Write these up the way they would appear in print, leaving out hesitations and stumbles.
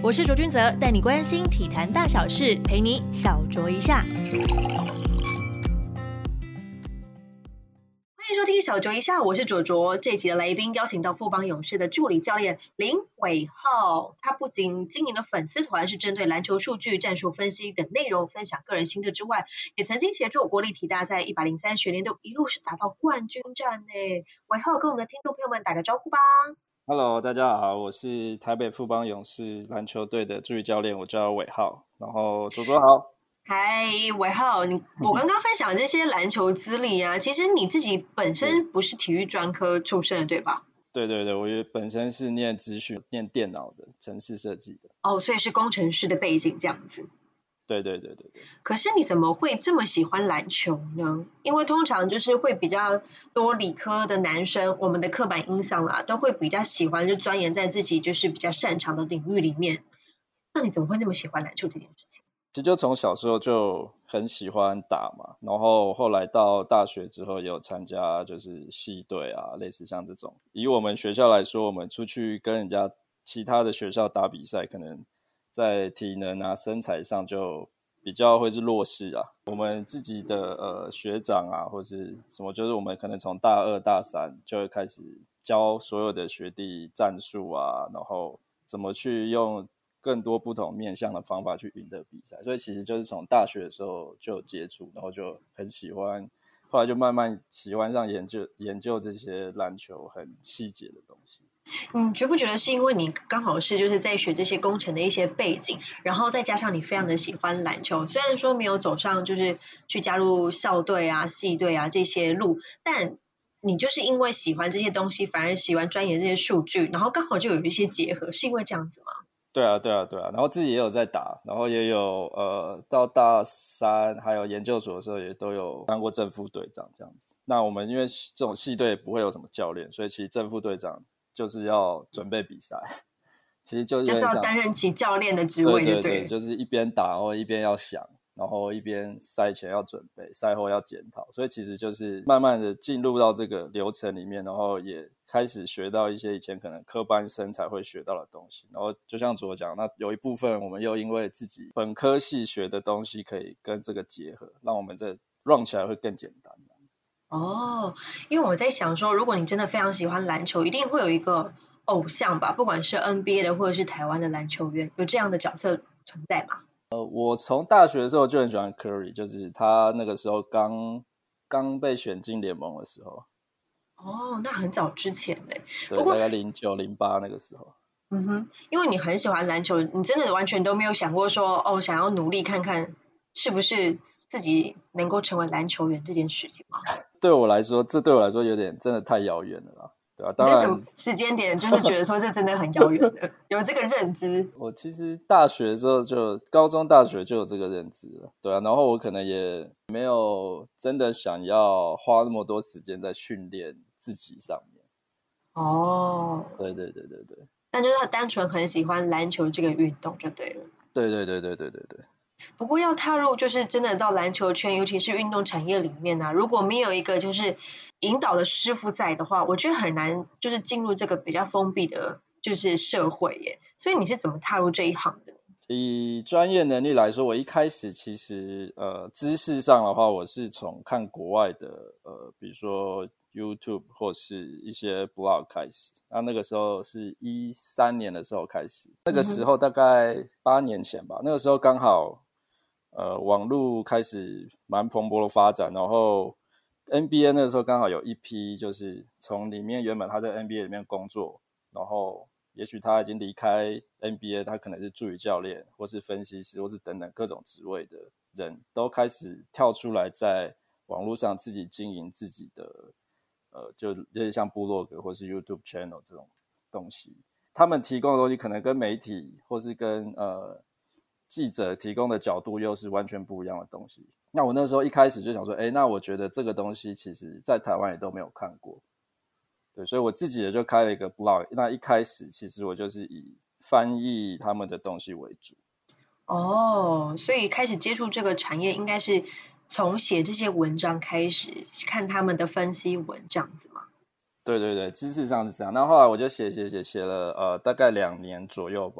我是卓君泽，带你关心体坛大小事，陪你小酌一下。欢迎收听小酌一下，我是卓卓。这集的来宾邀请到富邦勇士的助理教练林伟浩，他不仅经营的粉丝团是针对篮球数据、战术分析等内容分享个人心得之外，也曾经协助国立体大在103学年度一路是打到冠军战呢。伟浩跟我们的听众朋友们打个招呼吧。 Hello， 大家好，我是台北富邦勇士篮球队的助理教练，我叫伟浩。然后卓卓好。 嗨，伟浩，我刚刚分享这些篮球资历啊，其实你自己本身不是体育专科出身的，对吧？ 对，我本身是念资讯、念电脑的，程式设计的。 哦，所以是工程师的背景这样子。 对。 可是你怎么会这么喜欢篮球呢？因为通常就是会比较多理科的男生，我们的刻板印象啦，都会比较喜欢就钻研在自己就是比较擅长的领域里面。那你怎么会那么喜欢篮球这件事情？ 其实就从小时候就很喜欢打嘛，然后后来到大学之后也有参加就是系队啊，类似像这种。以我们学校来说，我们出去跟人家其他的学校打比赛，可能在体能啊、身材上就比较会是弱势啊。我们自己的学长啊，或是什么，就是我们可能从大二、大三就会开始教所有的学弟战术啊，然后怎么去用更多不同面向的方法去赢得比赛，所以其实就是从大学的时候就有接触，然后就很喜欢，后来就慢慢喜欢上研究这些篮球很细节的东西。 你觉不觉得是因为你刚好是就是在学这些工程的一些背景，然后再加上你非常的喜欢篮球，虽然说没有走上就是去加入校队啊、系队啊这些路，但你就是因为喜欢这些东西，反而喜欢钻研这些数据，然后刚好就有一些结合，是因为这样子吗？ 对啊，然后自己也有在打，然后也有到大三还有研究所的时候也都有当过正副队长这样子。那我们因为这种系队不会有什么教练，所以其实正副队长就是要准备比赛，其实就是要担任起教练的职位， 对，就是一边打然后一边要想，然后一边赛前要准备，赛后要检讨，所以其实就是慢慢的进入到这个流程里面，然后也开始学到一些以前可能科班生才会学到的东西，然后就像左讲，那有一部分我们又因为自己本科系学的东西可以跟这个结合，让我们这 run 起来会更简单。 哦，因为我在想说，如果你真的非常喜欢篮球，一定会有一个偶像吧，不管是 NBA 的或者是台湾的篮球员，有这样的角色存在吗？ 我从大学的时候就很喜欢 Curry， 就是他那个时候刚被选进联盟的时候。 哦，那很早之前嘞。 对， 不过大概09、08那个时候。 因为你很喜欢篮球，你真的完全都没有想过说，想要努力看看是不是自己能够成为篮球员这件事情吗？ 这对我来说有点真的太遥远了啦。对啊，当然你在什么时间点就是觉得说这真的很遥远的，有这个认知？ 我其实大学的时候高中大学就有这个认知了，对啊，然后我可能也没有真的想要花那么多时间在训练自己上面。 哦， 对， 但就是单纯很喜欢篮球这个运动就对了。 对。 不过要踏入就是真的到篮球圈，尤其是运动产业里面啊，如果没有一个就是引导的师傅在的话，我觉得很难就是进入这个比较封闭的就是社会耶。所以你是怎么踏入这一行的？ 以专业能力来说，我一开始其实知识上的话，我是从看国外的比如说 YouTube 或是一些 blog 开始。那个时候是13年的时候开始，那个时候大概8年前吧，那个时候刚好网络开始蛮蓬勃的发展，然后 NBA 那个时候刚好有一批就是从里面原本他在 NBA 里面工作，然后也许他已经离开 NBA， 他可能是助理教练或是分析师或是等等各种职位的人都开始跳出来在网络上自己经营自己的就有点像部落格或是 YouTube channel 这种东西，他们提供的东西可能跟媒体或是跟记者提供的角度又是完全不一样的东西。那我那时候一开始就想说，那我觉得这个东西其实在台湾也都没有看过，对，所以我自己也就开了一个 blog。那一开始其实我就是以翻译他们的东西为主。 所以开始接触这个产业，应该是从写这些文章开始，看他们的分析文这样子吗？ 对，知识上是这样。那后来我就写了大概2年左右吧。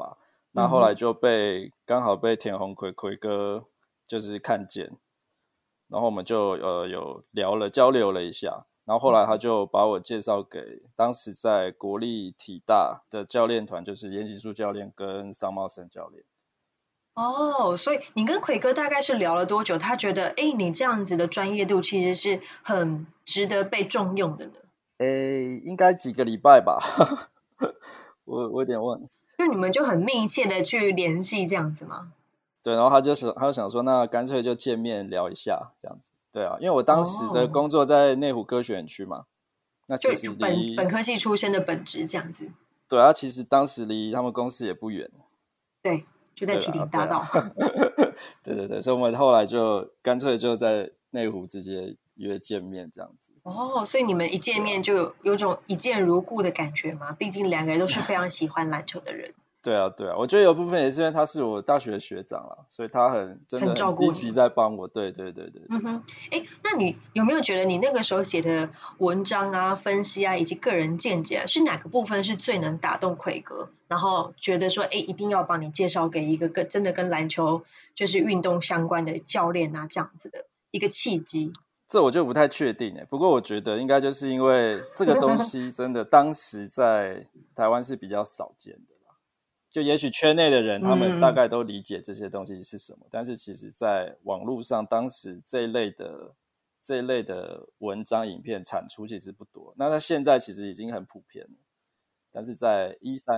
那后来就刚好被田鸿奎哥就是看见，然后我们就有交流了一下，然后后来他就把我介绍给当时在国立体大的教练团，就是严吉树教练跟桑茂生教练。 哦，所以你跟奎哥大概是聊了多久？他觉得你这样子的专业度其实是很值得被重用的呢？ 应该几个礼拜吧。我有点忘了。 就你们就很密切的去联系这样子吗？ 对，然后他就想说，那干脆就见面聊一下这样子。对啊，因为我当时的工作在内湖科学园区嘛，那其实本科系出身的本职这样子。 对啊，其实当时离他们公司也不远。 对，就在麒麟大道。 对对对，所以我们后来就干脆就在内湖直接约见面这样子。 所以你们一见面就有种一见如故的感觉吗？毕竟两个人都是非常喜欢篮球的人。 对啊，对啊，我觉得有部分也是因为他是我大学的学长啦，所以他真的很积极在帮我。对对对对。 那你有没有觉得你那个时候写的文章啊、分析啊，以及个人见解是哪个部分是最能打动奎哥，然后觉得说，一定要帮你介绍给一个真的跟篮球就是运动相关的教练啊，这样子的一个契机？ 这我就不太确定不过我觉得应该就是因为这个东西真的当时在台湾是比较少见的啦，就也许圈内的人他们大概都理解这些东西是什么，但是其实在网络上当时这一类的文章影片产出其实不多，那现在其实已经很普遍了，但是在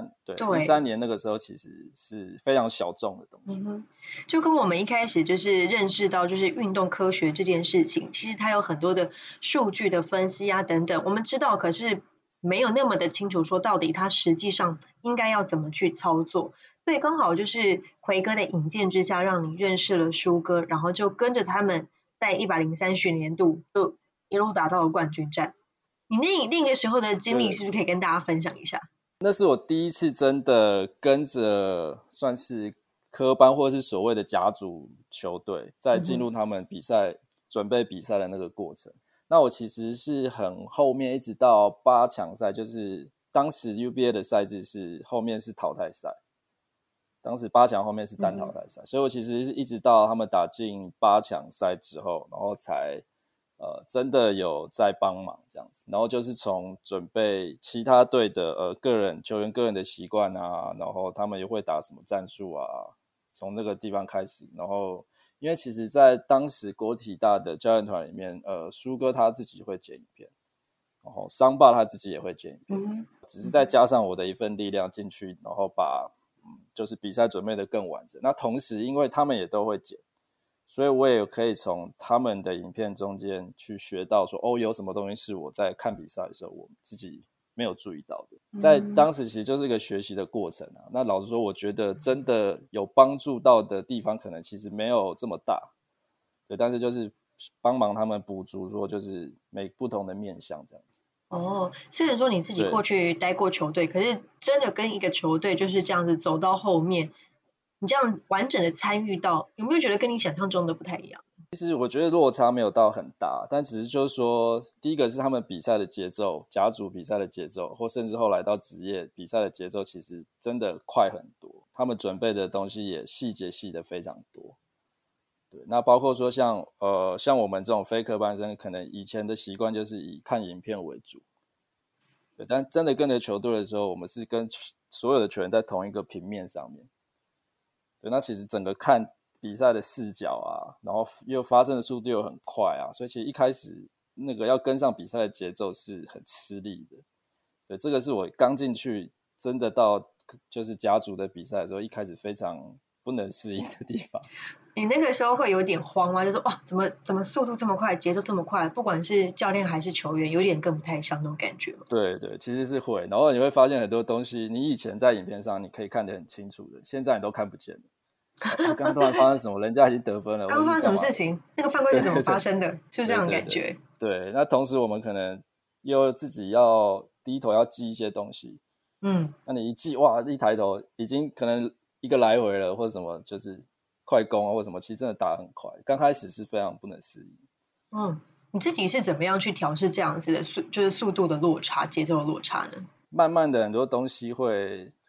13年那个时候其实是非常小众的东西。 就跟我们一开始就是认识到就是运动科学这件事情，其实它有很多的数据的分析啊等等，我们知道，可是没有那么的清楚说到底它实际上应该要怎么去操作，所以刚好就是奎哥的引荐之下，让你认识了舒哥，然后就跟着他们在103学年度就一路打到了冠军战。你那个时候的经历是不是可以跟大家分享一下？ 那是我第一次真的跟着算是科班或是所谓的甲组球队在进入他们准备比赛的那个过程。那我其实是很后面一直到8强赛，就是当时 UBA 的赛制是后面是淘汰赛，当时8强后面是单淘汰赛，所以我其实是一直到他们打进8强赛之后，然后才真的有在帮忙这样子，然后就是从准备其他队的球员个人的习惯啊，然后他们也会打什么战术啊，从那个地方开始。然后因为其实在当时国体大的教练团里面，舒哥他自己会剪影片，然后桑爸他自己也会剪影片，只是再加上我的一份力量进去，然后把就是比赛准备的更完整。那同时因为他们也都会剪，所以我也可以从他们的影片中间去学到说，有什么东西是我在看比赛的时候我自己没有注意到的，在当时其实就是一个学习的过程啊。那老实说，我觉得真的有帮助到的地方可能其实没有这么大，对，但是就是帮忙他们补足说就是不同的面向这样子。 虽然说你自己过去待过球队，可是真的跟一个球队就是这样子走到后面，你这样完整的参与到，有没有觉得跟你想象中的不太一样？ 其实我觉得落差没有到很大，但只是就是说，第一个是他们比赛的节奏，甲组比赛的节奏，或甚至后来到职业比赛的节奏，其实真的快很多。他们准备的东西也细节细的非常多。对，那包括说像我们这种非科班生，可能以前的习惯就是以看影片为主。对，但真的跟着球队的时候，我们是跟所有的球员在同一个平面上面。对，那其实整个看比赛的视角啊，然后又发生的速度又很快啊，所以其实一开始那个要跟上比赛的节奏是很吃力的。对，这个是我刚进去真的到就是甲组的比赛的时候，一开始非常不能适应的地方。 你那个时候会有点慌吗？就是哇，怎么速度这么快，节奏这么快，不管是教练还是球员，有点跟不太上那种感觉吗？ 对对，其实是会，然后你会发现很多东西，你以前在影片上你可以看得很清楚的，现在你都看不见了。刚刚突然发生什么？人家已经得分了。 刚刚发生什么事情？那个犯规是怎么发生的？是不是这样的感觉？ 对，那同时我们可能又自己要低头要记一些东西。那你一记哇，一抬头已经可能一个来回了，或者什么就是快攻啊，或者什么，其实真的打很快。刚开始是非常不能适应。 你自己是怎么样去调试这样子的就是速度的落差、节奏的落差呢？ 慢慢的很多东西会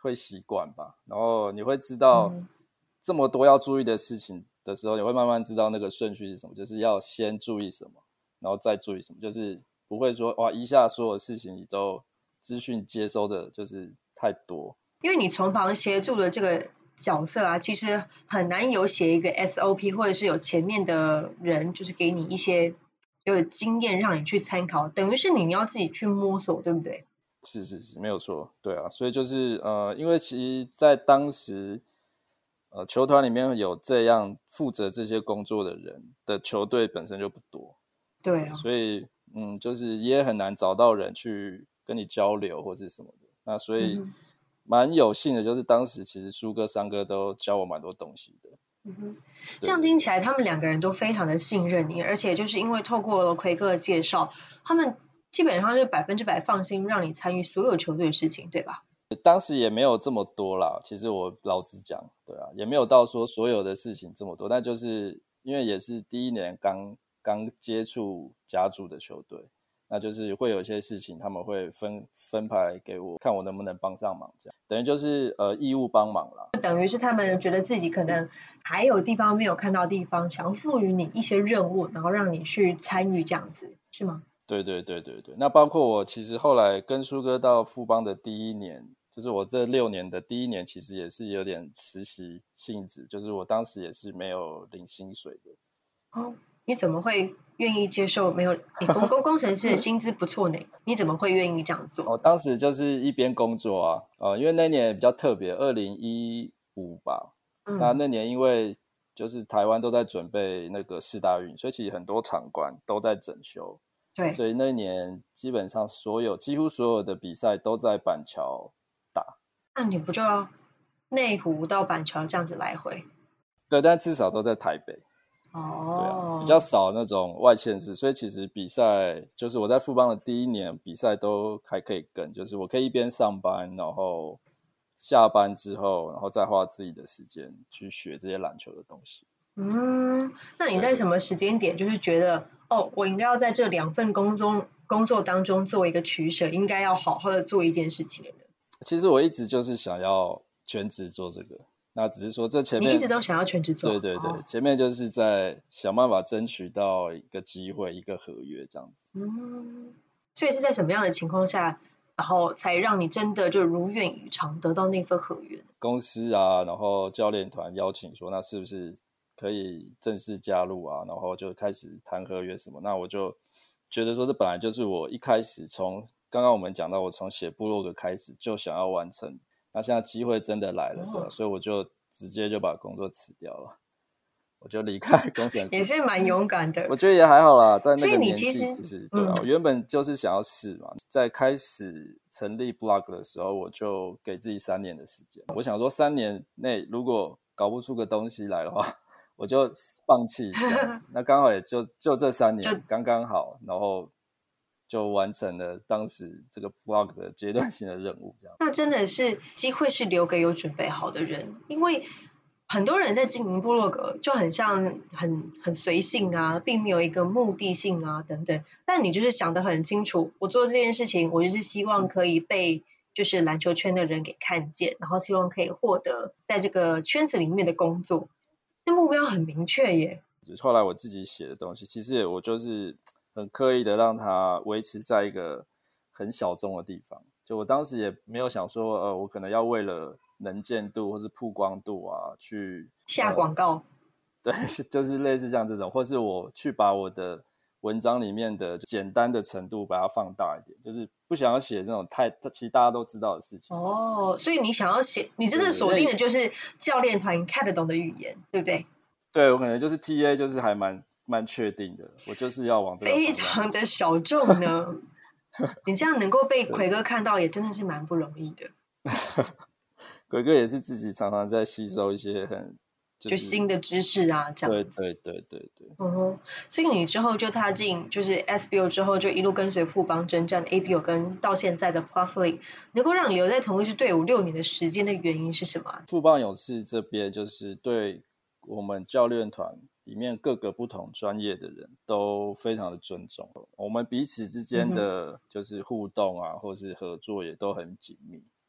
会习惯吧，然后你会知道这么多要注意的事情的时候，你会慢慢知道那个顺序是什么，就是要先注意什么，然后再注意什么，就是不会说哇一下所有事情你都资讯接收的就是太多。 因为你从旁协助的这个角色啊，其实很难有写一个 SOP， 或者是有前面的人就是给你一些有经验让你去参考，等于是你要自己去摸索，对不对？ 是，没有错，对啊，所以就是因为其实在当时球团里面有这样负责这些工作的人的球队本身就不多， 对啊， 所以就是也很难找到人去跟你交流或是什么的，那所以蛮有幸的，就是当时其实苏哥、三哥都教我蛮多东西的。 这样听起来他们两个人都非常的信任你，而且就是因为透过了奎哥的介绍，他们基本上是100%放心让你参与所有球队的事情，对吧？ 当时也没有这么多啦，其实我老实讲，对啊，也没有到说所有的事情这么多，但就是因为也是第一年刚接触甲组的球队，那就是会有一些事情他们会分派给我，看我能不能帮上忙，这样等于就是义务帮忙啦。 等于是他们觉得自己可能还有地方没有看到地方，想要赋予你一些任务，然后让你去参与，这样子是吗？ 对，那包括我其实后来跟苏哥到富邦的第一年，就是我这6年的第一年，其实也是有点实习性质，就是我当时也是没有领薪水的。 哦，你怎么会愿意接受没有？你工程师的薪资不错呢，你怎么会愿意这样做？ 当时就是一边工作啊，因为那年也比较特别，2015吧，那年因为就是台湾都在准备那个世大运，所以其实很多场馆都在整修。 对， 所以那一年基本上几乎所有的比赛都在板桥打。 那你不就要内湖到板桥这样子来回？ 对，但至少都在台北。对啊，比较少那种外县市，所以其实比赛就是我在富邦的第一年比赛都还可以跟，就是我可以一边上班，然后下班之后，然后再花自己的时间去学这些篮球的东西。 那你在什么时间点就是觉得我应该要在这2份工作当中做一个取舍，应该要好好的做一件事情的？ 其实我一直就是想要全职做这个，那只是说这前面你一直都想要全职做， 对，前面就是在想办法争取到一个机会，一个合约这样子。 所以是在什么样的情况下，然后才让你真的就如愿以偿得到那份合约？ 公司啊，然后教练团邀请说，那是不是可以正式加入啊？然后就开始谈合约什么。那我就觉得说，这本来就是我一开始从刚刚我们讲到，我从写部落格开始就想要完成。那现在机会真的来了，对吧？所以我就直接就把工作辞掉了，我就离开工程师。 也是蛮勇敢的。 我觉得也还好啦，在那个年纪， 其实对啊，我原本就是想要试嘛。在开始成立 blog 的时候，我就给自己3年的时间。我想说3年内如果搞不出个东西来的话，我就放弃这样子。那刚好也就这3年刚刚好，然后就完成了当时这个 blog 的阶段性的任务这样。 那真的是机会是留给有准备好的人，因为很多人在经营部落格就很像很随性啊，并没有一个目的性啊等等。但你就是想得很清楚，我做这件事情，我就是希望可以被就是篮球圈的人给看见，然后希望可以获得在这个圈子里面的工作，那目标很明确耶。 后来我自己写的东西，其实我就是很刻意的让它维持在一个很小众的地方。就我当时也没有想说，我可能要为了能见度或是曝光度啊，去下广告。 对，就是类似像这种，或是我去把我的文章里面的简单的程度把它放大一点，就是不想要写这种其实大家都知道的事情。 所以你想要写，你真的锁定的就是教练团看得懂的语言，对不对？ 对，我可能就是 TA 就是还蛮确定的，我就是要往这个方向。 非常的小众呢。你这样能够被奎哥看到，也真的是蛮不容易的。 奎哥也是自己常常在吸收一些就新的知识啊，这样。 对。 所以你之后就踏进就是 SBO 之后，就一路跟随富邦征战 ABO 跟到现在的 Plus League， 能够让你留在同一支队伍6年的时间的原因是什么？ 富邦勇士这边就是对我们教练团里面各个不同专业的人都非常的尊重，我们彼此之间的就是互动啊，或是合作也都很紧密。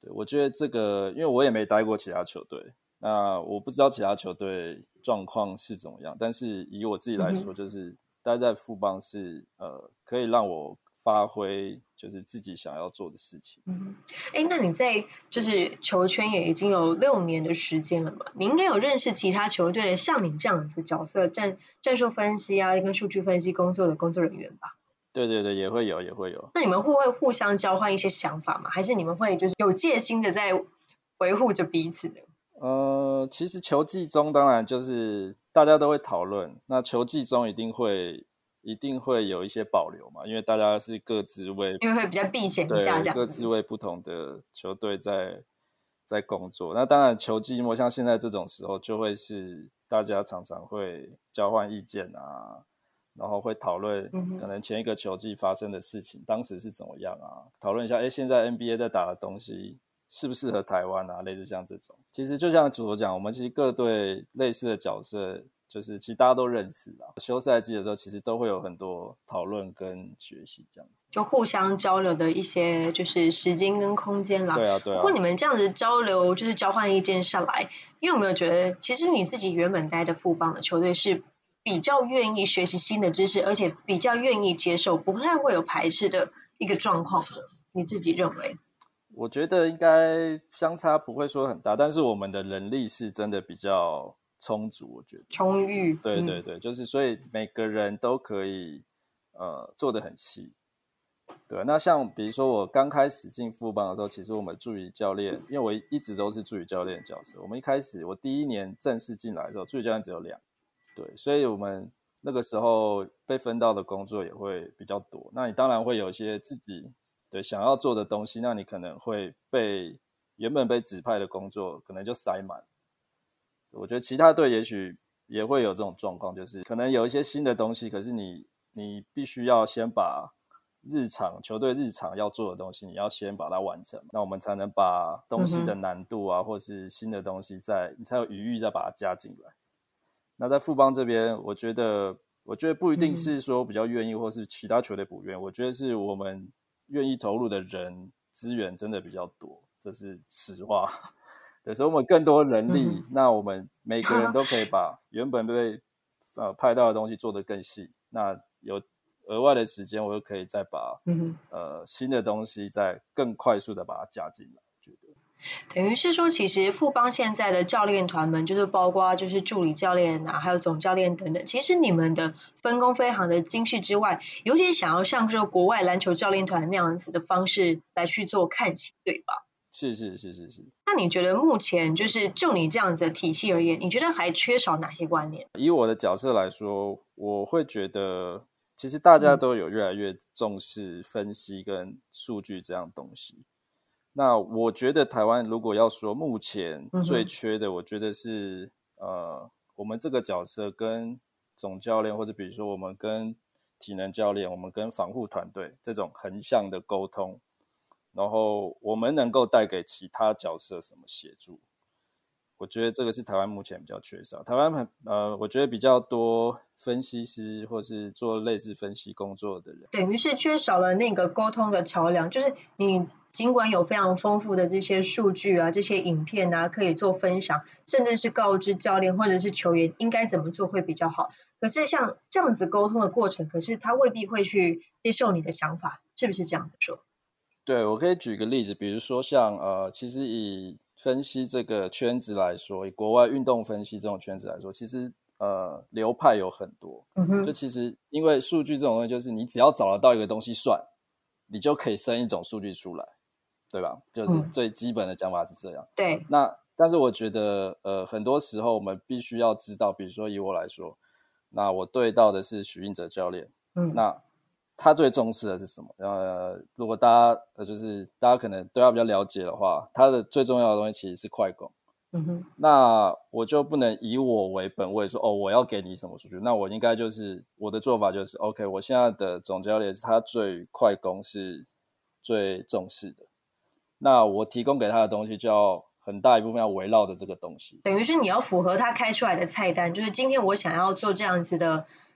对，我觉得这个，因为我也没待过其他球队，那我不知道其他球队状况是怎么样，但是以我自己来说，就是待在富邦是可以让我发挥就是自己想要做的事情。 那你在就是球圈也已经有6年的时间了嘛？你应该有认识其他球队的像你这样子角色，战术分析啊，跟数据分析工作的工作人员吧？ 对对对，也会有。 那你们会互相交换一些想法吗？还是你们会就是有戒心的在维护着彼此呢？ 其实球季中当然就是大家都会讨论，那球季中一定会有一些保留嘛，因为大家是各自为， 因为会比较避嫌一下这样子， 各自为不同的球队在工作。那当然球季末像现在这种时候，就会是大家常常会交换意见啊，然后会讨论可能前一个球季发生的事情，当时是怎么样啊，讨论一下现在 NBA 在打的东西适不适合台湾啊，类似像这种。其实就像主播讲，我们其实各队类似的角色，就是其实大家都认识啦。休赛季的时候，其实都会有很多讨论跟学习这样子， 就互相交流的一些就是时间跟空间啦。 对啊。 不过你们这样子交流，就是交换意见下来，你有没有觉得，其实你自己原本待的富邦的球队是比较愿意学习新的知识，而且比较愿意接受，不太会有排斥的一个状况的？你自己认为？ 我觉得应该相差不会说很大，但是我们的人力是真的比较充足，我觉得充裕。 对对对，就是所以每个人都可以做得很细。对，那像比如说我刚开始进富邦的时候，其实我们助理教练，因为我一直都是助理教练的角色，我们一开始我第1年正式进来的时候，助理教练只有2，对，所以我们那个时候被分到的工作也会比较多。那你当然会有一些自己对想要做的东西，那你可能会原本被指派的工作可能就塞满。我觉得其他队也许也会有这种状况，就是可能有一些新的东西，可是你必须要先把球队日常要做的东西，你要先把它完成，那我们才能把东西的难度啊，或是新的东西你才有余裕再把它加进来。那在富邦这边，我觉得不一定是说比较愿意，或是其他球队不愿意，我觉得是我们愿意投入的人资源真的比较多，这是实话。对，所以我们更多人力，那我们每个人都可以把原本被派到的东西做得更细。那有额外的时间，我就可以再把新的东西再更快速的把它加进来。我觉得等于是说，其实富邦现在的教练团们，就是包括就是助理教练啊，还有总教练等等，其实你们的分工非常的精细之外，有点想要像这个国外篮球教练团那样子的方式来去做看齐，对吧？ 是。 那你觉得目前就你这样子的体系而言，你觉得还缺少哪些观念？ 以我的角色来说，我会觉得其实大家都有越来越重视分析跟数据这样东西。那我觉得台湾如果要说目前最缺的，我觉得是我们这个角色跟总教练，或者比如说我们跟体能教练，我们跟防护团队这种横向的沟通，然后我们能够带给其他角色什么协助，我觉得这个是台湾目前比较缺少。台湾我觉得比较多分析师或是做类似分析工作的人， 等于是缺少了那个沟通的桥梁，就是你尽管有非常丰富的这些数据啊，这些影片啊可以做分享，甚至是告知教练或者是球员应该怎么做会比较好，可是像这样子沟通的过程，可是他未必会去接受你的想法，是不是这样子说？ 对，我可以举个例子，比如说像其实以分析这个圈子来说，以国外运动分析这种圈子来说，其实流派有很多。就其实因为数据这种东西，就是你只要找得到一个东西算，你就可以生一种数据出来，对吧？就是最基本的讲法是这样。 对。 但是我觉得很多时候我们必须要知道，比如说以我来说，那我对到的是许晋哲教练，那他最重视的是什么？如果大家可能对他比较了解的话，他的最重要的东西其实是快攻。那我就不能以我为本位说我要给你什么数据，那我应该就是我的做法就是 OK， 我现在的总教练他对快攻是最重视的，那我提供给他的东西就要很大一部分要围绕着这个东西， 等于是你要符合他开出来的菜单，就是今天我想要做这样子的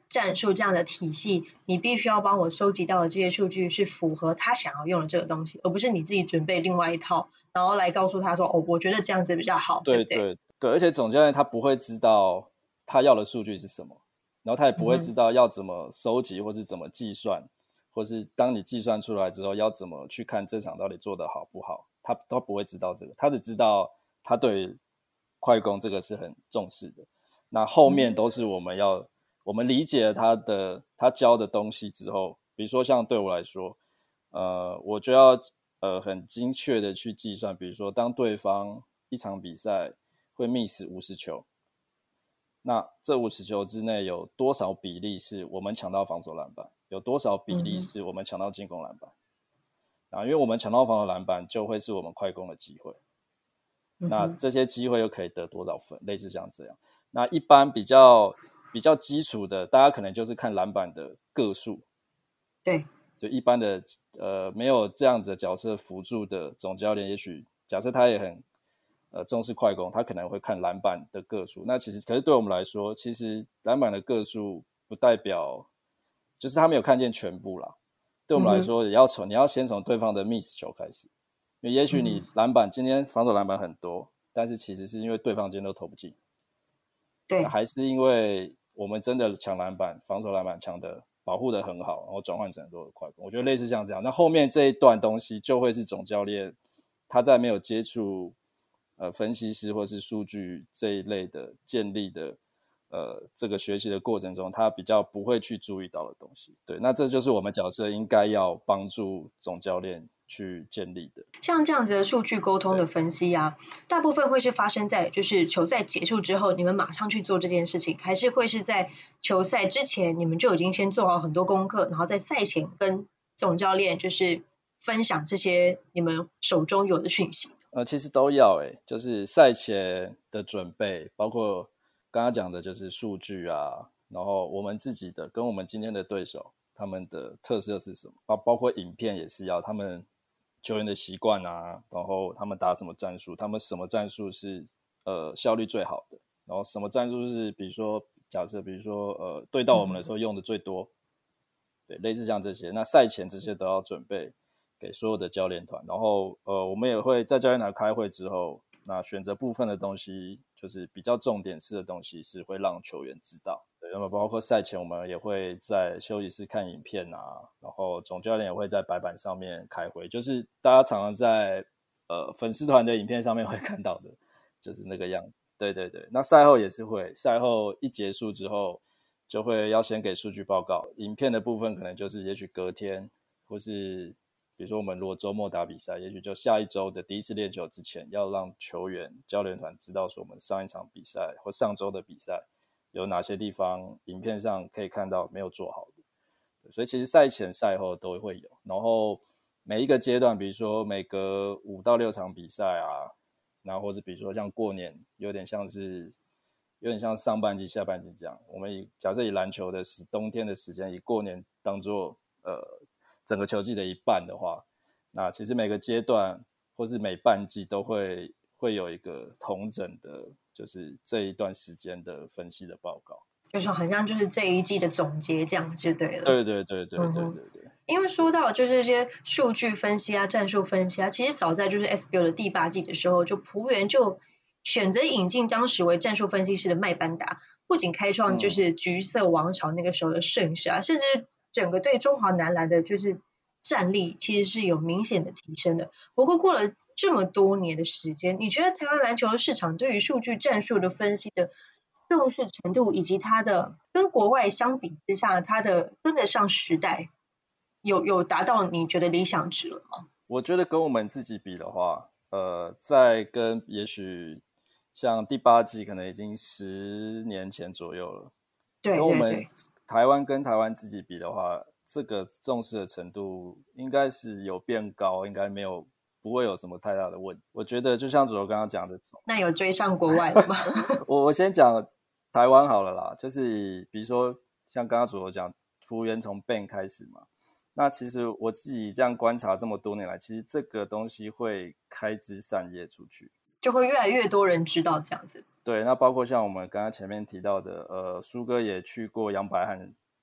战术这样的体系，你必须要帮我收集到的这些数据是符合他想要用的这个东西，而不是你自己准备另外一套，然后来告诉他说哦，我觉得这样子比较好，对不对？ 对对，而且总教练他不会知道他要的数据是什么，然后他也不会知道要怎么收集或是怎么计算，或是当你计算出来之后要怎么去看这场到底做得好不好，他都不会知道这个，他只知道他对快攻这个是很重视的。那后面都是我们理解了他教的东西之后，比如说像对我来说，我就要很精确的去计算，比如说当对方一场比赛会 miss 50球，那这50球之内有多少比例是我们抢到防守篮板，有多少比例是我们抢到进攻篮板，因为我们抢到防守篮板就会是我们快攻的机会，那这些机会又可以得多少分，类似像这样。那一般比较基础的，大家可能就是看篮板的个数， 对， 就一般的没有这样子的角色辅助的总教练，也许假设他也很重视快攻，他可能会看篮板的个数。那其实可是对我们来说，其实篮板的个数不代表就是他没有看见全部啦。对我们来说，你要先从对方的 miss 球开始，因为也许你篮板今天防守篮板很多，但是其实是因为对方今天都投不进， 对， 还是因为我们真的抢篮板、防守篮板抢的保护的很好，然后转换成很多的快攻。我觉得类似像这样，那后面这一段东西就会是总教练他在没有接触分析师或是数据这一类的建立的这个学习的过程中，他比较不会去注意到的东西。对，那这就是我们角色应该要帮助总教练去建立的。 像这样子的数据沟通的分析啊，大部分会是发生在就是球赛结束之后，你们马上去做这件事情，还是会是在球赛之前，你们就已经先做好很多功课，然后在赛前跟总教练就是分享这些你们手中有的讯息？ 其实都要就是赛前的准备，包括刚刚讲的就是数据啊，然后我们自己的跟我们今天的对手他们的特色是什么，包括影片也是要他们球员的习惯啊，然后他们打什么战术，他们什么战术是效率最好的，然后什么战术是比如说假设比如说对到我们的时候用的最多，对，类似像这些，那赛前这些都要准备给所有的教练团，然后我们也会在教练团开会之后，那选择部分的东西，就是比较重点式的东西，是会让球员知道。对，那么包括赛前我们也会在休息室看影片啊，然后总教练也会在白板上面开会，就是大家常常在粉丝团的影片上面会看到的，就是那个样子。对对对，那赛后也是会，赛后一结束之后，就会要先给数据报告，影片的部分可能就是也许隔天，或是比如说我们如果周末打比赛，也许就下一周的第一次练球之前，要让球员、教练团知道说我们上一场比赛或上周的比赛有哪些地方影片上可以看到没有做好的。所以其实赛前赛后都会有，然后每一个阶段，比如说每隔5到6场比赛啊，然后或者比如说像过年，有点像上半季下半季这样，我们假设以篮球的冬天的时间，以过年当做整个球季的一半的话，那其实每个阶段或是每半季都会有一个统整的，就是这一段时间的分析的报告， 就是好像就是这一季的总结这样就对了。 对对对对对对对。 因为说到就是这些数据分析啊、战术分析啊，其实早在就是 SBL 的第8季的时候，就璞园就选择引进当时为战术分析师的麦班达，不仅开创就是橘色王朝那个时候的盛世啊，甚至整个对中华男篮的就是战力其实是有明显的提升的。不过过了这么多年的时间，你觉得台湾篮球市场对于数据战术的分析的重视程度，以及它的跟国外相比之下，它的跟得上时代，有达到你觉得理想值了吗？ 我觉得跟我们自己比的话，在跟也许像第8季可能已经10年前左右了， 对跟我们对对， 台湾自己比的话，这个重视的程度应该是有变高，应该不会有什么太大的问题。我觉得就像主持人刚刚讲的， 那有追上国外了吗？ 我先讲台湾好了啦，就是比如说像刚刚主持人讲，璞园从 BAN 开始嘛。那其实我自己这样观察这么多年来，其实这个东西会开枝散叶出去， 就会越来越多人知道这样子。 对，那包括像我们刚刚前面提到的，苏哥也去过杨百翰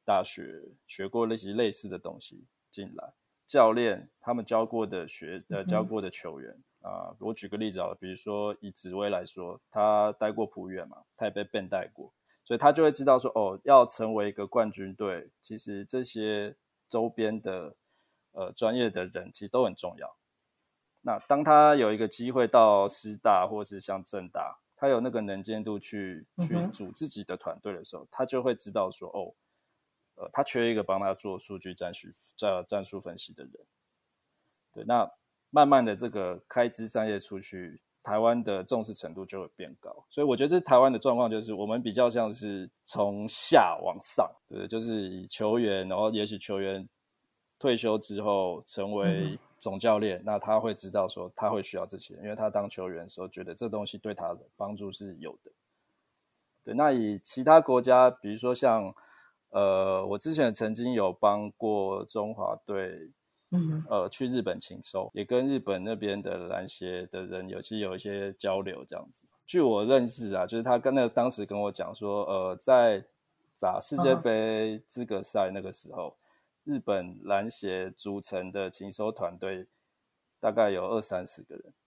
大学学过类似的东西进来。教练他们教过的球员我举个例子好了，比如说以紫薇来说，他待过璞园嘛，他也被 Ben 带过，所以他就会知道说要成为一个冠军队，其实这些周边的专业的人其实都很重要。那当他有一个机会到师大或是像政大，他有那个能见度去组自己的团队的时候，他就会知道说他缺一个帮他做数据战术分析的人。对，那慢慢的这个开枝散叶出去，台湾的重视程度就会变高。所以我觉得这台湾的状况就是我们比较像是从下往上，对，就是以球员，然后也许球员退休之后成为总教练，那他会知道说他会需要这些，因为他当球员的时候觉得这东西对他的帮助是有的。对，那以其他国家，比如说像我之前曾经有帮过中华队去日本勤收，也跟日本那边的篮协的人有一些交流这样子。据我认识就是他当时跟我讲说在打世界杯资格赛那个时候，日本篮协组成的勤收团队大概有20-30个人。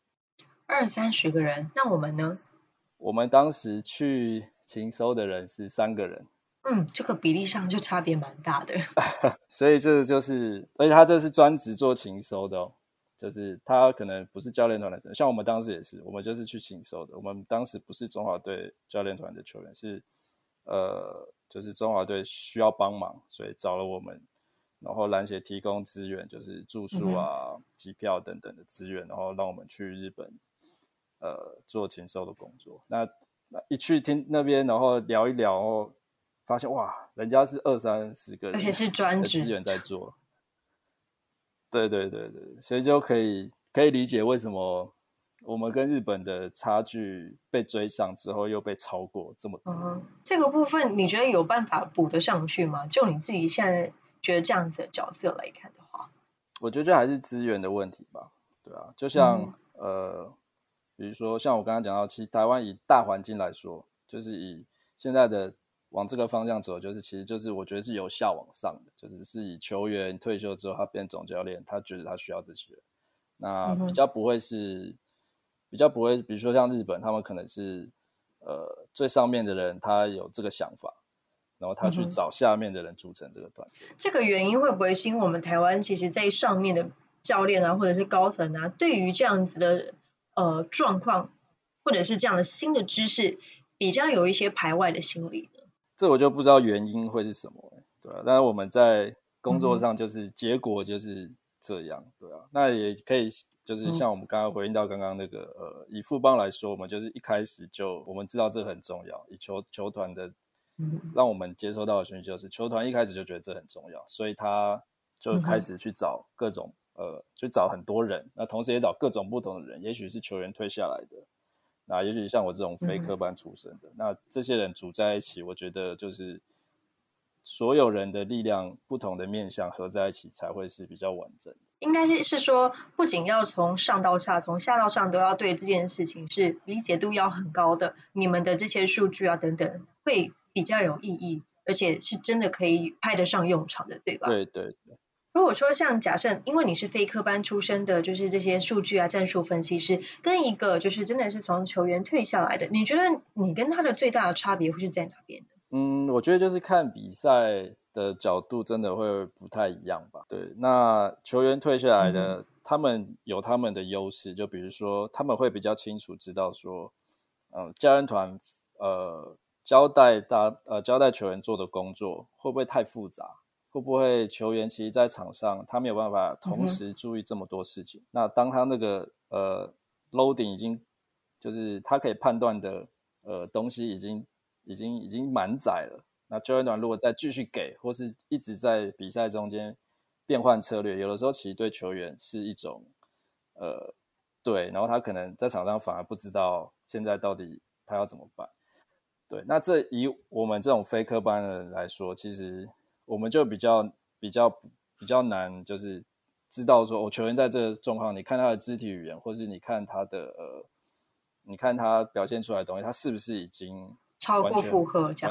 20-30个人，那我们呢？ 我们当时去勤收的人是3个人。 这个比例上就差别蛮大的。 所以这就是，而且他这是专职做勤收的就是他可能不是教练团的人，像我们当时也是，我们就是去勤收的。我们当时不是中华队教练团的球员，是就是中华队需要帮忙，所以找了我们，然后篮协提供资源，就是住宿机票等等的资源，然后让我们去日本做勤收的工作。那一去听那边，然后聊一聊，然后发现哇，人家是20-30个人， 而且是专职的资源在做。对，所以就可以理解为什么我们跟日本的差距被追上之后又被超过这么多。 这个部分你觉得有办法补得上去吗？就你自己现在觉得这样子的角色来看的话， 我觉得这还是资源的问题吧。对啊，就像比如说像我刚刚讲到，其实台湾以大环境来说，就是以现在的往这个方向走，其实就是我觉得是由下往上的，就是以球员退休之后他变总教练，他觉得他需要这些人，那比较不会，比如说像日本，他们可能是最上面的人他有这个想法，然后他去找下面的人组成这个团队。 这个原因会不会是因为我们台湾其实在上面的教练或者是高层对于这样子的状况或者是这样的新的知识比较有一些排外的心理呢？ 这我就不知道原因会是什么，对啊，但是我们在工作上就是结果就是这样，对啊，那也可以就是像我们刚刚回应到刚刚那个以富邦来说，我们就是一开始就我们知道这很重要，以球团的让我们接收到的讯息就是球团一开始就觉得这很重要，所以他就开始去找各种去找很多人，那同时也找各种不同的人，也许是球员退下来的，那也许像我这种非科班出身的，那这些人组在一起，我觉得就是所有人的力量不同的面向合在一起才会是比较完整的。 应该是说不仅要从上到下，从下到上都要对这件事情是理解度要很高的，你们的这些数据等等会比较有意义，而且是真的可以派得上用场的，对吧？ 对。 如果说像假设因为你是非科班出身的，就是这些数据战术分析师，跟一个就是真的是从球员退下来的，你觉得你跟他的最大的差别会是在哪边呢？ 我觉得就是看比赛的角度真的会不太一样吧。对，那球员退下来的，他们有他们的优势，就比如说他们会比较清楚知道说，教练团交代球员做的工作会不会太复杂，会不会球员其实在场上他没有办法同时注意这么多事情。那当他那个loading 已经就是他可以判断的东西已经满载了，那教练团如果再继续给，或是一直在比赛中间变换策略，有的时候其实对球员是一种对，然后他可能在场上反而不知道现在到底他要怎么办。对，那这以我们这种非科班的人来说，其实我们就比较难，就是知道说球员在这个状况，你看他的肢体语言，或是你看他的你看他表现出来的东西，他是不是已经超过负荷这样子？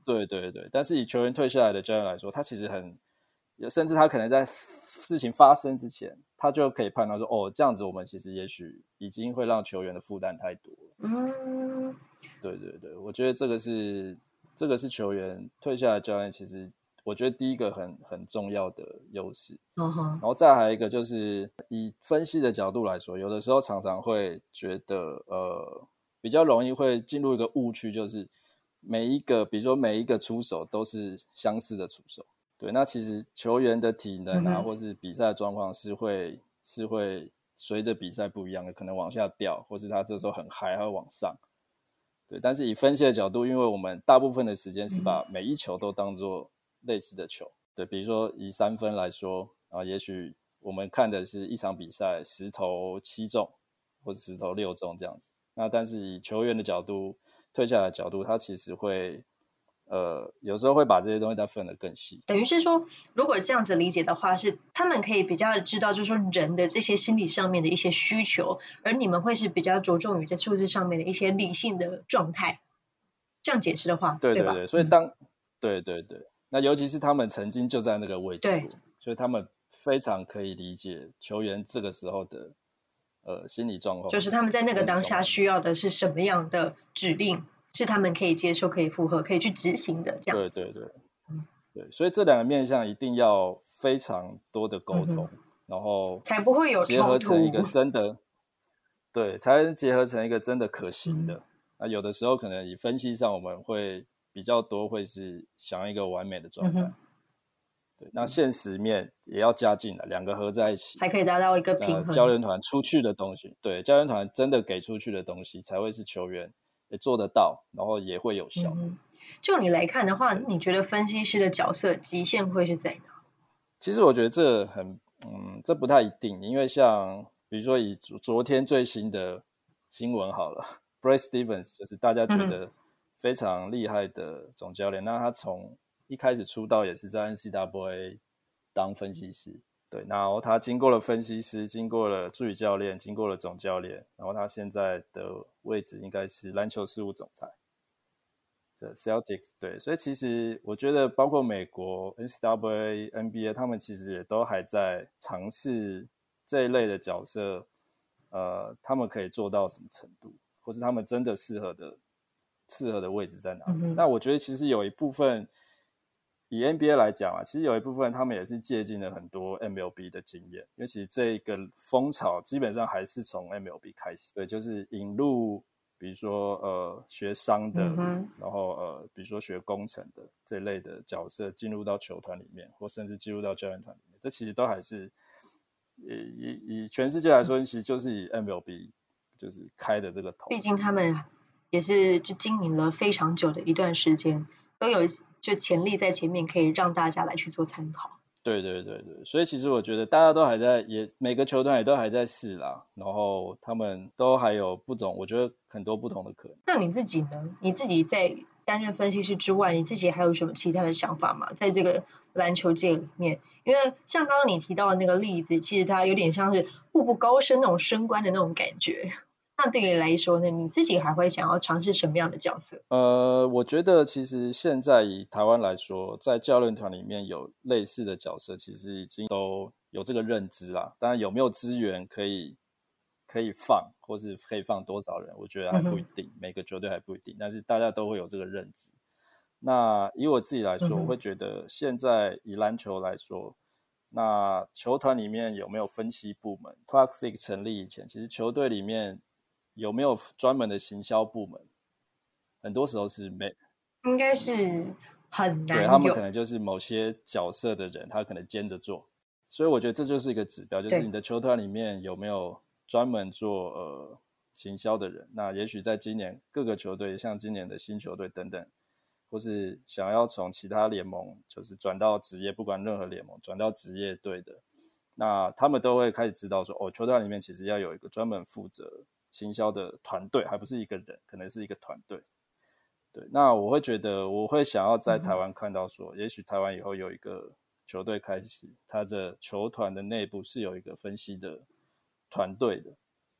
对对对，但是以球员退下来的教练来说，他其实甚至他可能在事情发生之前，他就可以判断说，哦，这样子我们其实也许已经会让球员的负担太多了。 嗯， 对对对，我觉得这个是球员退下来的教练，其实我觉得第一个很重要的优势。然后再还有一个就是以分析的角度来说，有的时候常常会觉得比较容易会进入一个误区，就是比如说每一个出手都是相似的出手。对，那其实球员的体能啊，或是比赛的状况是会随着比赛不一样的，可能往下掉，或是他这时候很嗨，他会往上。对，但是以分析的角度，因为我们大部分的时间是把每一球都当作类似的球。对，比如说以3分来说啊，也许我们看的是一场比赛10投7中，或者10投6中这样子。那但是以球员的角度，退下来的角度，他其实会有时候会把这些东西再分得更细。 等于是说，如果这样子理解的话，是他们可以比较知道，就是说人的这些心理上面的一些需求，而你们会是比较着重于在数字上面的一些理性的状态。这样解释的话，对吧？ 对对对，所以对对对，那尤其是他们曾经就在那个位置过，所以他们非常可以理解球员这个时候的心理状况， 就是他们在那个当下需要的是什么样的指令，是他们可以接受、可以符合、可以去执行的这样子。 对对对，对，所以这两个面向一定要非常多的沟通，然后才不会有结合成一个冲突， 真的对，才能结合成一个真的可行的。那有的时候可能以分析上，我们会比较多会是想一个完美的状态。对，那现实面也要加进来，两个合在一起， 才可以达到一个平衡。 教练团出去的东西，对，教练团真的给出去的东西，才会是球员也做得到，然后也会有效。 就你来看的话，你觉得分析师的角色极限会是在哪？ 其实我觉得这不太一定，因为像比如说以昨天最新的新闻好了，Brad Stevens 就是大家觉得非常厉害的总教练，那他从一开始出道也是在 NCAA 当分析师，对，然后他经过了分析师，经过了助理教练，经过了总教练，然后他现在的位置应该是篮球事务总裁。Celtics 对，所以其实我觉得包括美国 NCAA、NBA 他们其实也都还在尝试这一类的角色，他们可以做到什么程度，或是他们真的适合的位置在哪里。那我觉得其实有一部分以 NBA 来讲啊，其实有一部分他们也是借鉴了很多 MLB 的经验，因为其实这个风潮基本上还是从 MLB 开始，对，就是引入比如说学商的，然后比如说学工程的这类的角色进入到球团里面，或甚至进入到教练团里面，这其实都还是以全世界来说，其实就是以 MLB 就是开的这个头。 毕竟他们也是就经营了非常久的一段时间，都有就潜力在前面，可以让大家来去做参考。 对对对对，所以其实我觉得大家都还在，每个球团也都还在试啦，然后他们都还有我觉得很多不同的可能。 那你自己呢？你自己在担任分析师之外，你自己还有什么其他的想法吗？在这个篮球界里面，因为像刚刚你提到的那个例子，其实它有点像是步步高升那种升官的那种感觉。那对你来说呢，你自己还会想要尝试什么样的角色？ 我觉得其实现在以台湾来说，在教练团里面有类似的角色，其实已经都有这个认知啦。当然有没有资源可以放，或是可以放多少人，我觉得还不一定，每个球队还不一定，但是大家都会有这个认知。那以我自己来说，我会觉得现在以篮球来说，那球团里面有没有分析部门 ？Toxic 成立以前，其实球队里面有没有专门的行销部门？很多时候是应该是很难有， 对，他们可能就是某些角色的人，他可能兼着做，所以我觉得这就是一个指标，就是你的球团里面有没有专门做行销的人。那也许在今年各个球队，像今年的新球队等等，或是想要从其他联盟就是转到职业，不管任何联盟转到职业队的，那他们都会开始知道说，球队里面其实要有一个专门负责行销的团队，还不是一个人，可能是一个团队。对，那我会觉得我会想要在台湾看到说，也许台湾以后有一个球队开始，他的球团的内部是有一个分析的团队的。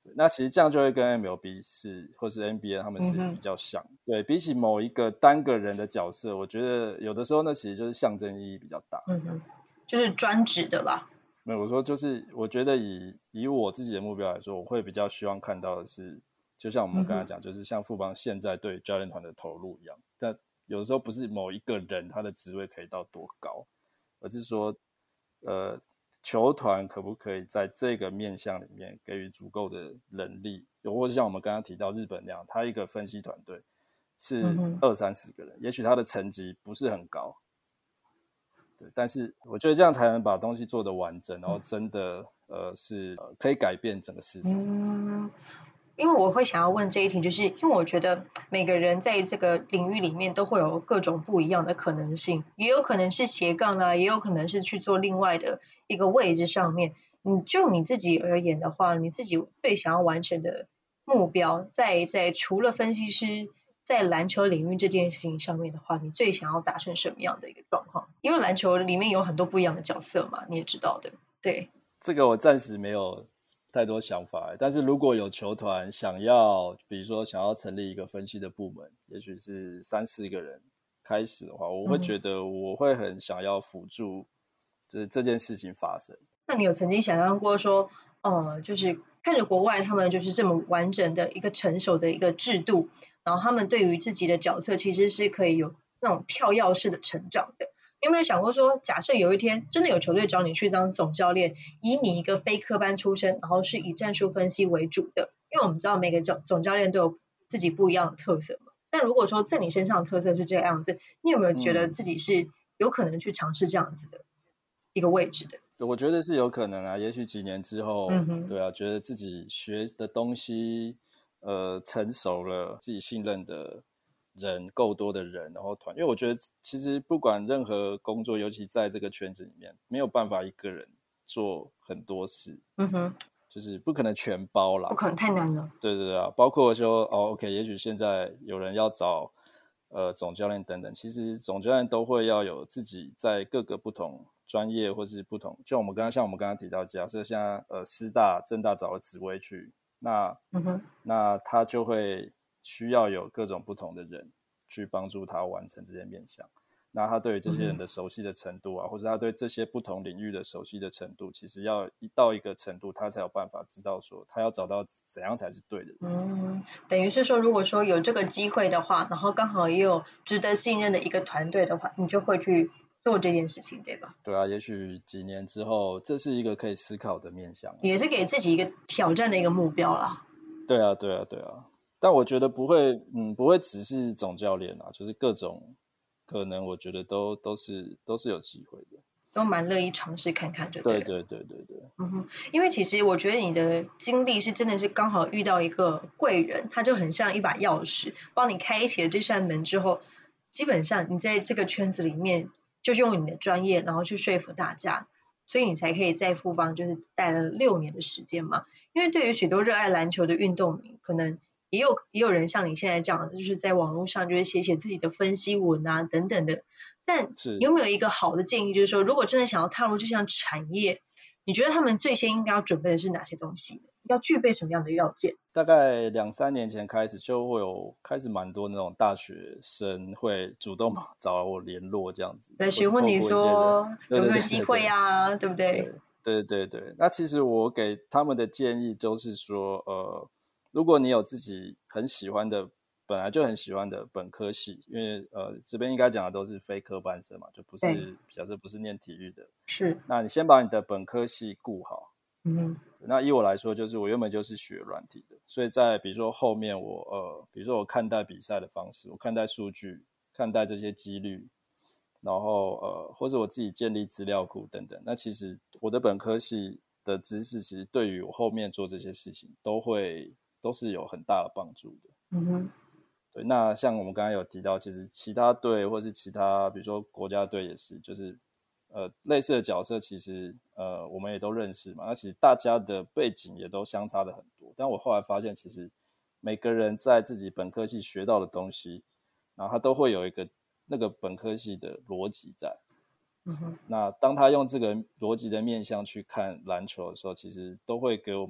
那其实这样就会跟 MLB 或是 NBA 他们是比较像。对，比起某一个单个人的角色，我觉得有的时候那其实就是象征意义比较大。 就是专职的啦。 没有，我说就是我觉得以我自己的目标来说，我会比较希望看到的是，就像我们刚才讲，就是像富邦现在对教练团的投入一样。但有的时候不是某一个人他的职位可以到多高，而是说球团可不可以在这个面向里面给予足够的人力，或者像我们刚刚提到日本那样，他一个分析团队是20-30个人，也许他的成绩不是很高，对，但是我觉得这样才能把东西做得完整，然后真的是可以改变整个市场。 因为我会想要问这一题，就是因为我觉得每个人在这个领域里面都会有各种不一样的可能性，也有可能是斜杠啦，也有可能是去做另外的一个位置上面。就你自己而言的话，你自己最想要完成的目标，在除了分析师在篮球领域这件事情上面的话，你最想要达成什么样的一个状况？因为篮球里面有很多不一样的角色嘛，你也知道的。对， 这个我暂时没有太多想法，但是如果有球团想要，比如说想要成立一个分析的部门，也许是3-4个人开始的话，我会觉得我会很想要辅助，就是这件事情发生。 那你有曾经想象过说，就是看着国外他们就是这么完整的一个成熟的一个制度，然后他们对于自己的角色其实是可以有那种跳跃式的成长的。你有没有想过说，假设有一天真的有球队找你去当总教练，以你一个非科班出身，然后是以战术分析为主的，因为我们知道每个总教练都有自己不一样的特色嘛。但如果说在你身上的特色是这个样子，你有没有觉得自己是有可能去尝试这样子的一个位置的？ 我觉得是有可能啊，也许几年之后，对啊，觉得自己学的东西，成熟了，自己信任的人够多的人，然后因为我觉得其实不管任何工作，尤其在这个圈子里面，没有办法一个人做很多事，就是不可能全包啦， 不可能，太难了。 对对对啊，包括说OK，也许现在有人要找总教练等等，其实总教练都会要有自己在各个不同专业或是不同，像我们刚刚提到，假设现在师大、政大找了紫薇去，那他就会需要有各种不同的人去帮助他完成这些面向。那他对于这些人的熟悉的程度啊，或者他对这些不同领域的熟悉的程度，其实要到一个程度，他才有办法知道说他要找到怎样才是对的人。 等于是说，如果说有这个机会的话，然后刚好也有值得信任的一个团队的话，你就会去做这件事情，对吧？ 对啊，也许几年之后，这是一个可以思考的面向， 也是给自己一个挑战的一个目标啦。 对啊，对啊，对啊。但我觉得不会只是总教练啊，就是各种可能，我觉得都是有机会的， 都蛮乐意尝试看看就对了。 对。 因为其实我觉得你的经历是真的是刚好遇到一个贵人，他就很像一把钥匙，帮你开启了这扇门之后，基本上你在这个圈子里面就是用你的专业，然后去说服大家，所以你才可以在富邦就是待了6年的时间嘛。因为对于许多热爱篮球的运动迷，可能也有人像你现在这样子，就是在网络上就是写自己的分析文啊等等的。但你有没有一个好的建议，就是说如果真的想要踏入这项产业，你觉得他们最先应该要准备的是哪些东西？要具备什么样的要件？ 大概2-3年前开始，就会有开始蛮多那种大学生会主动找我联络这样子， 来询问你说有没有机会啊，对不对？ 对。那其实我给他们的建议就是说，如果你有自己很喜欢的，本来就很喜欢的本科系，因为这边应该讲的都是非科班生嘛，就不是假设不是念体育的， 是。 那你先把你的本科系顾好。那以我来说，就是我原本就是学软体的，所以在比如说后面比如说我看待比赛的方式，我看待数据，看待这些几率，然后或者我自己建立资料库等等，那其实我的本科系的知识，其实对于我后面做这些事情都是有很大的帮助的。对，那像我们刚才有提到，其实其他队或是其他，比如说国家队也是，就是类似的角色，其实我们也都认识嘛。那其实大家的背景也都相差的很多。但我后来发现，其实每个人在自己本科系学到的东西，然后他都会有一个那个本科系的逻辑在。那当他用这个逻辑的面向去看篮球的时候，其实都会给我们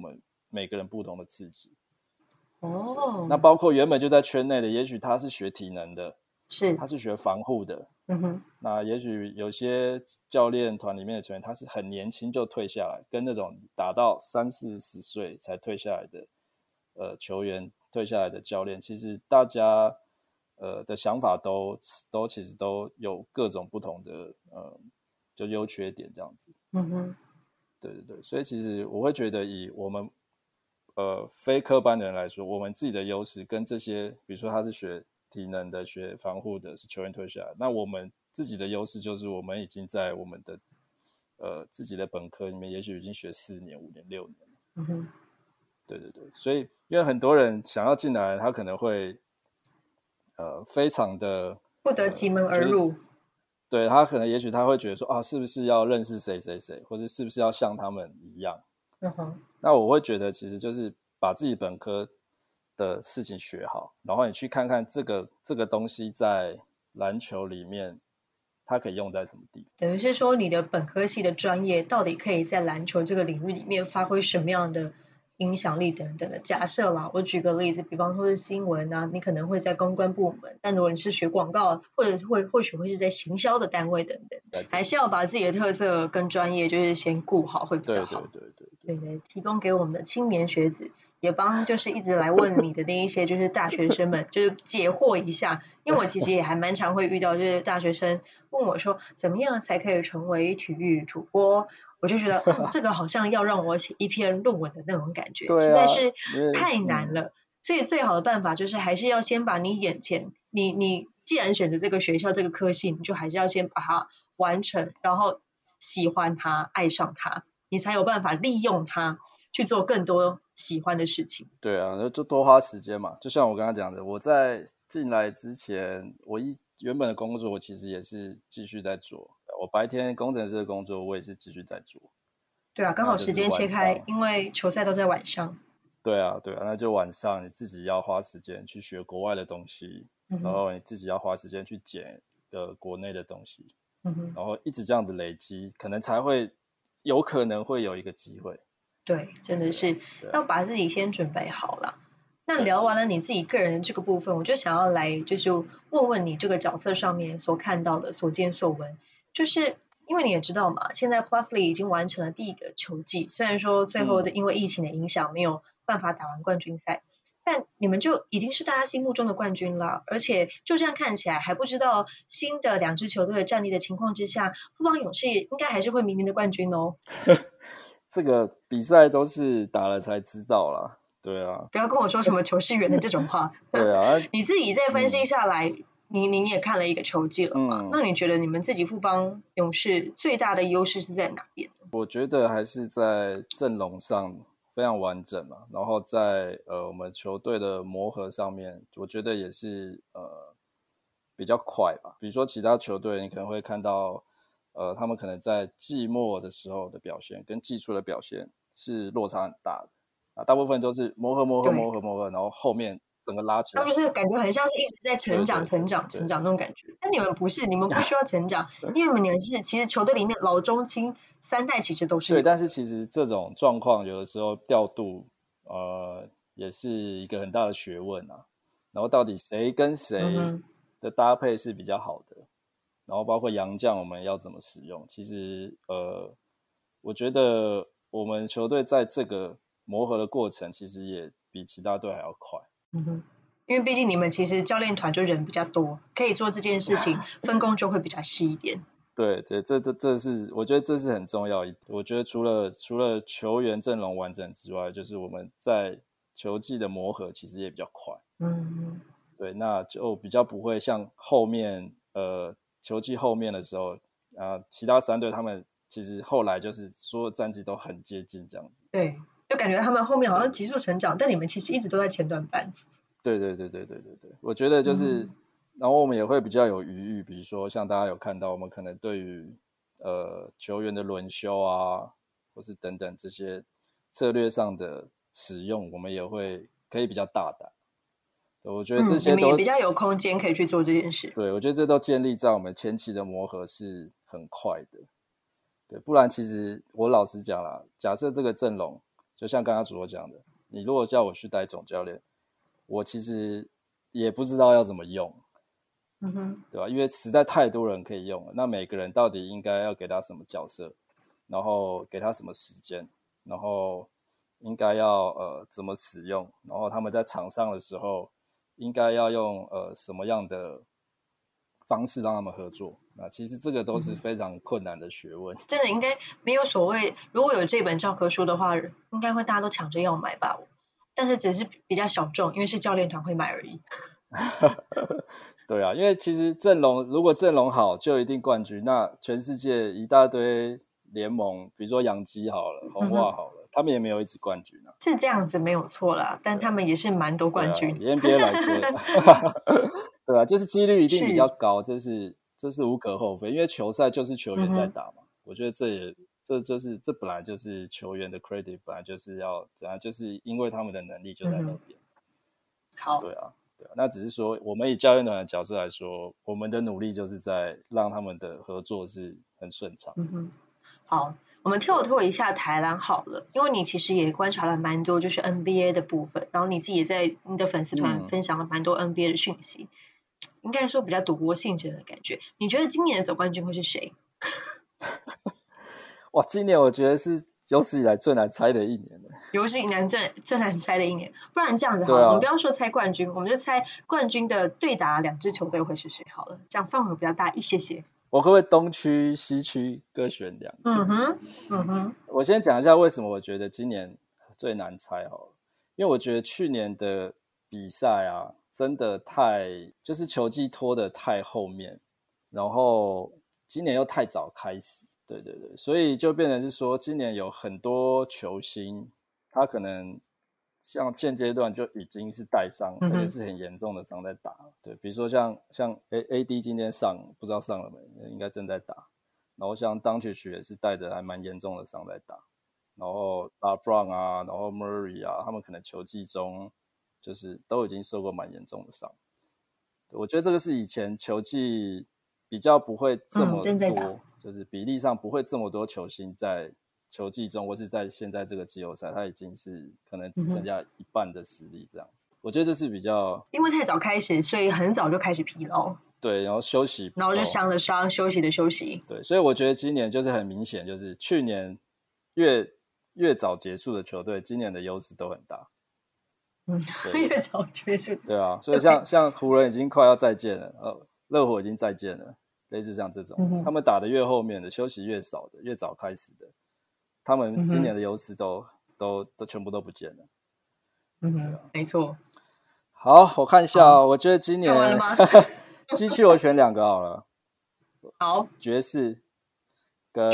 每个人不同的刺激。 哦， 那包括原本就在圈内的，也许他是学体能的， 是， 他是学防护的， 哼， 那也许有些教练团里面的成员，他是很年轻就退下来，跟那种打到30-40岁才退下来的球员、退下来的教练，其实大家的想法都其实都有各种不同的就优缺点这样子。对对对，所以其实我会觉得以我们非科班的人来说，我们自己的优势跟这些，比如说他是学体能的、学防护的，是球员退下来，那我们自己的优势就是我们已经在我们的自己的本科里面，也许已经学4年、5年、6年了。对对对，所以因为很多人想要进来，他可能会非常的不得其门而入。 对，他可能也许他会觉得说啊，是不是要认识谁谁谁，或者是不是要像他们一样。那我会觉得其实就是把自己本科的事情学好，然后你去看看这个东西在篮球里面它可以用在什么地方。 等于是说你的本科系的专业到底可以在篮球这个领域里面发挥什么样的影响力等等的。假设啦，我举个例子，比方说是新闻啊，你可能会在公关部门，但如果你是学广告，或者或许会是在行销的单位等等，还是要把自己的特色跟专业就是先顾好会比较好。对，提供给我们的青年学子，也帮就是一直来问你的那一些就是大学生们就是解惑一下，因为我其实也还蛮常会遇到就是大学生问我说怎么样才可以成为体育主播，我就觉得这个好像要让我写一篇论文的那种感觉，实在是太难了。所以最好的办法就是还是要先把你眼前你既然选择这个学校这个科系，你就还是要先把它完成，然后喜欢它爱上它，你才有办法利用它去做更多喜欢的事情。 对啊，就多花时间嘛。就像我刚刚讲的，我在进来之前，我原本的工作我其实也是继续在做，我白天工程师的工作我也是继续在做。 对啊，刚好时间切开，因为球赛都在晚上。 对啊，那就晚上你自己要花时间去学国外的东西，然后你自己要花时间去捡国内的东西，然后一直这样子累积，有可能会有一个机会。 对，真的是要把自己先准备好了。那聊完了你自己个人的这个部分，我就想要来就是问问你这个角色上面所看到的所见所闻，就是因为你也知道嘛，现在 Plus League 已经完成了第一个球季，虽然说最后因为疫情的影响没有办法打完冠军赛，但你们就已经是大家心目中的冠军了，而且就这样看起来还不知道新的2支球队的战力的情况之下，富邦勇士应该还是会明年的冠军哦。 这个比赛都是打了才知道啦，对啊， 不要跟我说什么球是圆的这种话。 对啊， 你自己再分析下来，你也看了一个球季了嘛？那你觉得你们自己富邦勇士最大的优势是在哪边？ 我觉得还是在阵容上非常完整嘛，然后在我们球队的磨合上面，我觉得也是比较快吧。比如说其他球队，你可能会看到他们可能在季末的时候的表现跟季初的表现是落差很大的啊，大部分都是磨合，然后后面整个拉起来。 他们就是感觉很像是一直在成长那种感觉。但你们不是，你们不需要成长，因为你们是其实球队里面老中青3代其实都是。 对，但是其实这种状况有的时候调度也是一个很大的学问啊。然后到底谁跟谁的搭配是比较好的？然后包括洋将我们要怎么使用？其实我觉得我们球队在这个磨合的过程，其实也比其他队还要快。 因为毕竟你们其实教练团就人比较多，可以做这件事情，分工就会比较细一点。 对，这是我觉得这是很重要。我觉得除了球员阵容完整之外，就是我们在球季的磨合其实也比较快。对，那就比较不会像后面球季后面的时候其他3队他们其实后来就是所有战绩都很接近这样子。 对，就感觉他们后面好像急速成长，但你们其实一直都在前段班。 对，我觉得就是然后我们也会比较有余裕，比如说像大家有看到我们可能对于球员的轮休啊或是等等这些策略上的使用，我们也可以比较大胆。我觉得这些你们也比较有空间可以去做这件事。 对，我觉得这都建立在我们前期的磨合是很快的。对，不然其实我老实讲啦，假设这个阵容就像刚刚主播讲的，你如果叫我去带总教练，我其实也不知道要怎么用，对吧？因为实在太多人可以用了，那每个人到底应该要给他什么角色，然后给他什么时间，然后应该要怎么使用，然后他们在场上的时候应该要用什么样的方式让他们合作。那其实这个都是非常困难的学问， 真的应该没有所谓，如果有这本教科书的话，应该会大家都抢着要买吧，但是只是比较小众，因为是教练团会买而已。 对啊，因为其实如果阵容好就一定冠军，那全世界一大堆联盟，比如说洋基好了，红袜好了，他们也没有一直冠军啊。 是这样子没有错啦，但他们也是蛮多冠军。 以 NBA 来说，对啊，就是几率一定比较高，这是无可厚非，因为球赛就是球员在打嘛。我觉得这本来就是球员的 credit， 本来就是要怎样，就是因为他们的能力就在那边。 好， 对啊。那只是说我们以教练团的角色来说，我们的努力就是在让他们的合作是很顺畅。 好，我们跳脱一下台篮好了，因为你其实也观察了蛮多就是 NBA 的部分，然后你自己也在你的粉丝团分享了蛮多 NBA 的讯息，应该说比较赌博性质的感觉。你觉得今年的总冠军会是谁？ 哇，今年我觉得是有史以来最难猜的一年了。 有史以来最难猜的一年，不然这样子好了，我们不要说猜冠军，我们就猜冠军的对打两支球队会是谁好了，这样范围比较大一些些。 我可不可以东区、西区各选两个？我先讲一下为什么我觉得今年最难猜好了，因为我觉得去年的比赛啊，真的就是球季拖得太后面，然后今年又太早开始。对，所以就变成是说，今年有很多球星，他可能像现阶段就已经是带伤，而且是很严重的伤在打。对，比如说像AD 今天不知道上了没，应该正在打。然后像 Doncic 也是带着还蛮严重的伤在打。然后 LeBron 啊，然后 Murray 啊，他们可能球季中就是都已经受过蛮严重的伤。我觉得这个是以前球季比较不会这么多。就是比例上不会这么多球星在球季中，或是在现在这个季后赛，他已经是可能只剩下一半的实力这样子。我觉得这是比较， 因为太早开始，所以很早就开始疲劳。 对，然后休息， 然后就伤的伤，休息的休息。 对，所以我觉得今年就是很明显，就是去年越早结束的球队，今年的优势都很大。 越早结束。 对啊，所以像湖人已经快要再见了，热火已经再见了。类似像这种，他们打的越后面的，休息越少的，越早开始的，他们今年的优势都全部都不见了。 没错。 好，我看一下我觉得今年看完了吗？ 西区我选两个好了。 好， 爵士跟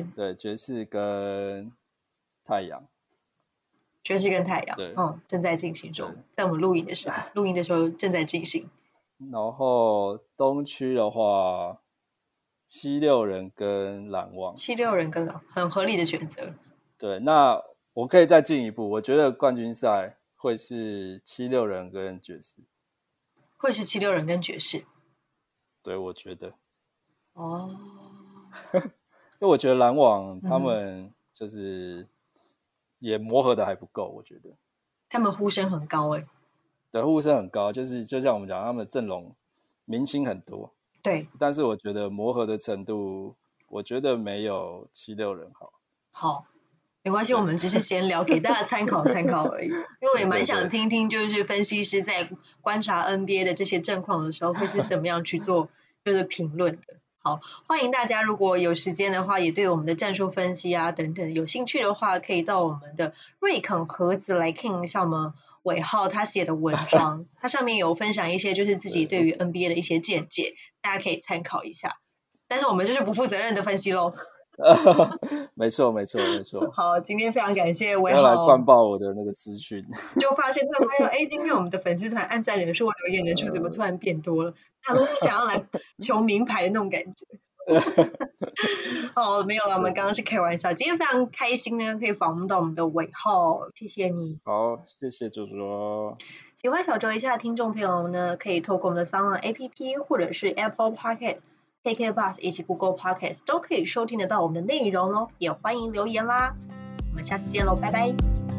太阳。 爵士跟太阳， 对， 正在进行中，在我们录音的时候正在进行。 然后东区的话，76人跟篮网。 76人跟篮网，很合理的选择。 对，那我可以再进一步，我觉得冠军赛会是76人跟爵士。 会是76人跟爵士？ 对，我觉得。 因为我觉得篮网他们就是也磨合的还不够，我觉得。 他们呼声很高对，呼声很高，就像我们讲，他们阵容明星很多， 对， 但是我觉得磨合的程度，我觉得没有76人好。 好，没关系，我们只是闲聊，给大家参考参考而已。因为我也蛮想听听，就是分析师在观察 NBA 的这些阵况的时候，会是怎么样去做就是评论的。好，欢迎大家如果有时间的话，也对我们的战术分析啊等等有兴趣的话，可以到我们的瑞肯盒子来看一下我们伟浩他写的文章，他上面有分享一些就是自己对于 NBA 的一些见解，大家可以参考一下。但是我们就是不负责任的分析咯。 没错。 好，今天非常感谢伟浩来灌爆我的那个资讯， 就突然发现，今天我们的粉丝团按赞人数、留言人数怎么突然变多了？大家都是想要来求名牌的那种感觉。好，没有了，我们刚刚是开玩笑。今天非常开心呢，可以访问到我们的伟浩，谢谢你。 好，谢谢周周。 喜欢小周一下的听众朋友呢，可以透过我们的 SoundOn APP 或者是 Apple Podcast、KKBOX 以及 Google Podcast 都可以收听得到我们的内容哦，也欢迎留言啦。我们下次见喽，拜拜。